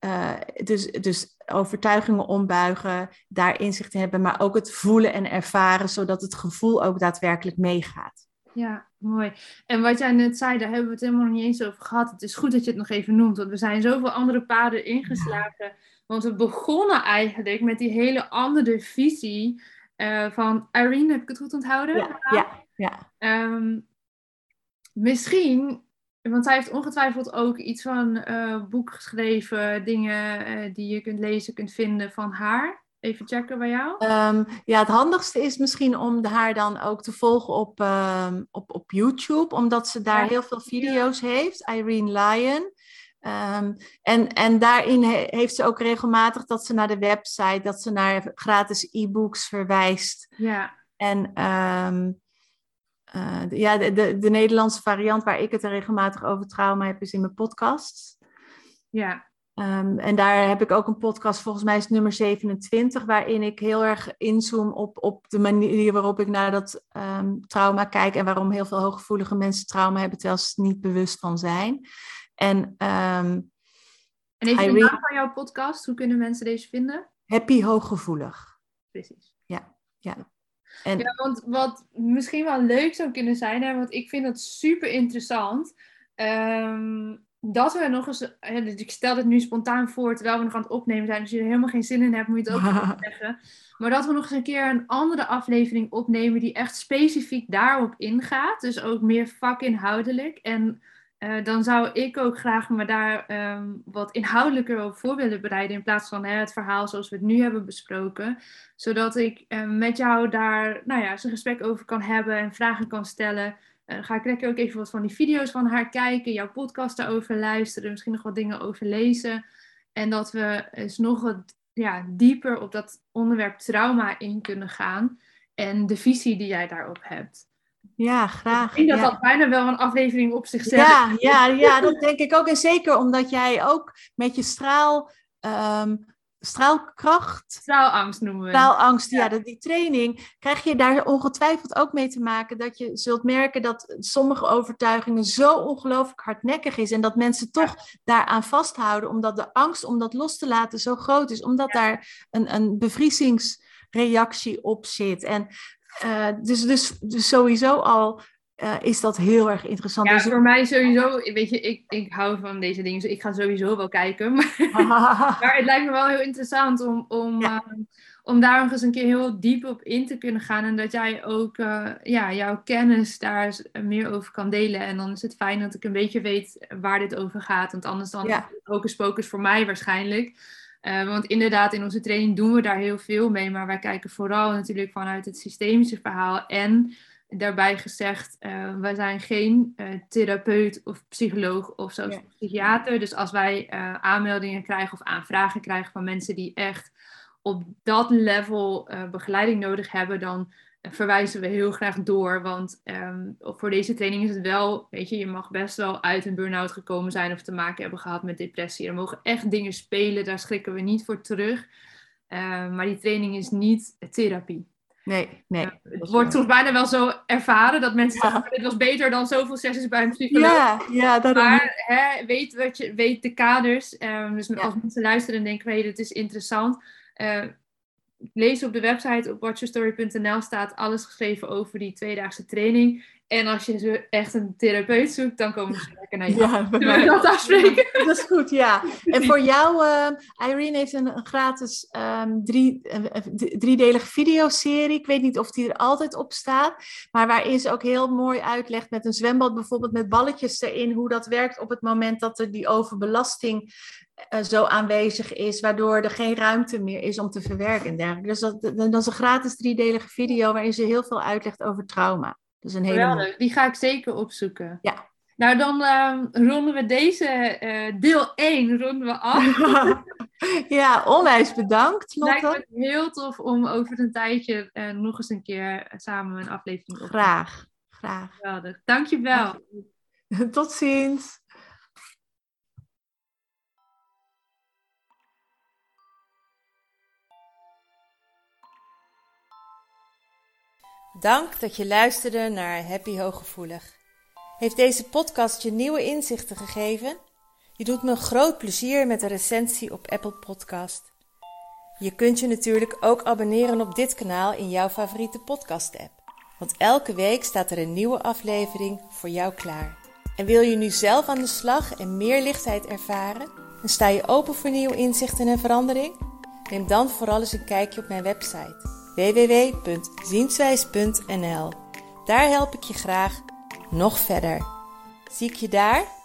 dus overtuigingen ombuigen, daar inzicht te hebben, maar ook het voelen en ervaren, zodat het gevoel ook daadwerkelijk meegaat. Ja, mooi. En wat jij net zei, daar hebben we het helemaal nog niet eens over gehad. Het is goed dat je het nog even noemt, want we zijn zoveel andere paden ingeslagen. Ja. Want we begonnen eigenlijk met die hele andere visie van Irene, heb ik het goed onthouden? Ja. Misschien... Want zij heeft ongetwijfeld ook iets van boek geschreven, dingen die je kunt lezen, kunt vinden van haar. Even checken bij jou. Het handigste is misschien om haar dan ook te volgen op YouTube, omdat ze daar heel veel video's heeft. Irene Lyon. En daarin heeft ze ook regelmatig dat ze naar de website, dat ze naar gratis e-books verwijst. Ja. En de Nederlandse variant waar ik het er regelmatig over trauma heb, is in mijn podcast. Ja. En daar heb ik ook een podcast, volgens mij is het nummer 27, waarin ik heel erg inzoom op de manier waarop ik naar dat trauma kijk en waarom heel veel hooggevoelige mensen trauma hebben, terwijl ze er niet bewust van zijn. En even de naam van jouw podcast, hoe kunnen mensen deze vinden? Happy Hooggevoelig. Precies. Ja. Ja, want wat misschien wel leuk zou kunnen zijn, hè, want ik vind dat super interessant, dat we nog eens, ik stel dit nu spontaan voor terwijl we nog aan het opnemen zijn, dus als je er helemaal geen zin in hebt, moet je het ook zeggen. Maar dat we nog eens een keer een andere aflevering opnemen die echt specifiek daarop ingaat, dus ook meer vakinhoudelijk. En dan zou ik ook graag me daar wat inhoudelijker over voor willen bereiden in plaats van het verhaal zoals we het nu hebben besproken. Zodat ik met jou daar eens een gesprek over kan hebben en vragen kan stellen. Ga ik lekker ook even wat van die video's van haar kijken, jouw podcast daarover luisteren, misschien nog wat dingen over lezen. En dat we eens nog wat dieper op dat onderwerp trauma in kunnen gaan en de visie die jij daarop hebt. Ja, graag. Ik denk dat bijna wel een aflevering op zichzelf is. Ja, dat denk ik ook. En zeker omdat jij ook met je straalkracht... Straalangst noemen we. Straalangst, die training, krijg je daar ongetwijfeld ook mee te maken dat je zult merken dat sommige overtuigingen zo ongelooflijk hardnekkig is en dat mensen toch daaraan vasthouden, omdat de angst om dat los te laten zo groot is, omdat daar een bevriezingsreactie op zit. En dus sowieso al is dat heel erg interessant. Ja, voor mij sowieso, weet je, ik hou van deze dingen, dus ik ga sowieso wel kijken. Maar het lijkt me wel heel interessant om daar nog eens een keer heel diep op in te kunnen gaan. En dat jij ook jouw kennis daar meer over kan delen. En dan is het fijn dat ik een beetje weet waar dit over gaat. Want anders dan is het hocus pocus voor mij waarschijnlijk. Want inderdaad, in onze training doen we daar heel veel mee. Maar wij kijken vooral natuurlijk vanuit het systemische verhaal. En daarbij gezegd, wij zijn geen therapeut of psycholoog of zelfs psychiater. Dus als wij aanmeldingen krijgen of aanvragen krijgen van mensen die echt op dat level begeleiding nodig hebben, dan verwijzen we heel graag door. Want voor deze training is het wel, weet je mag best wel uit een burn-out gekomen zijn of te maken hebben gehad met depressie. Er mogen echt dingen spelen, daar schrikken we niet voor terug. Maar die training is niet therapie. Nee. Het wordt toch bijna wel zo ervaren dat mensen zeggen, dit was beter dan zoveel sessies bij een psycholoog. Ja, daarom. Maar weet de kaders. Dus als mensen luisteren en denken, dit is interessant. Lees op de website op watchyourstory.nl staat alles geschreven over die 2-daagse training. En als je echt een therapeut zoekt, dan komen ze lekker naar jou. Ja, zullen we dat afspreken? Dat is goed, ja. En voor jou, Irene heeft een gratis driedelige videoserie. Ik weet niet of die er altijd op staat. Maar waarin ze ook heel mooi uitlegt met een zwembad bijvoorbeeld met balletjes erin. Hoe dat werkt op het moment dat er die overbelasting zo aanwezig is. Waardoor er geen ruimte meer is om te verwerken en dergelijke. Dus dat is een gratis 3-delige video waarin ze heel veel uitlegt over trauma. Dus een hele mooie. Die ga ik zeker opzoeken. Ja. Nou, dan ronden we deze deel 1 ronden we af. Ja, onwijs bedankt, Lotte. Lijkt me heel tof om over een tijdje nog eens een keer samen een aflevering op te nemen. Graag. Geweldig. Dankjewel. Tot ziens. Dank dat je luisterde naar Happy Hooggevoelig. Heeft deze podcast je nieuwe inzichten gegeven? Je doet me een groot plezier met een recensie op Apple Podcast. Je kunt je natuurlijk ook abonneren op dit kanaal in jouw favoriete podcast-app. Want elke week staat er een nieuwe aflevering voor jou klaar. En wil je nu zelf aan de slag en meer lichtheid ervaren? En sta je open voor nieuwe inzichten en verandering? Neem dan vooral eens een kijkje op mijn website www.zienswijs.nl. Daar help ik je graag nog verder. Zie ik je daar?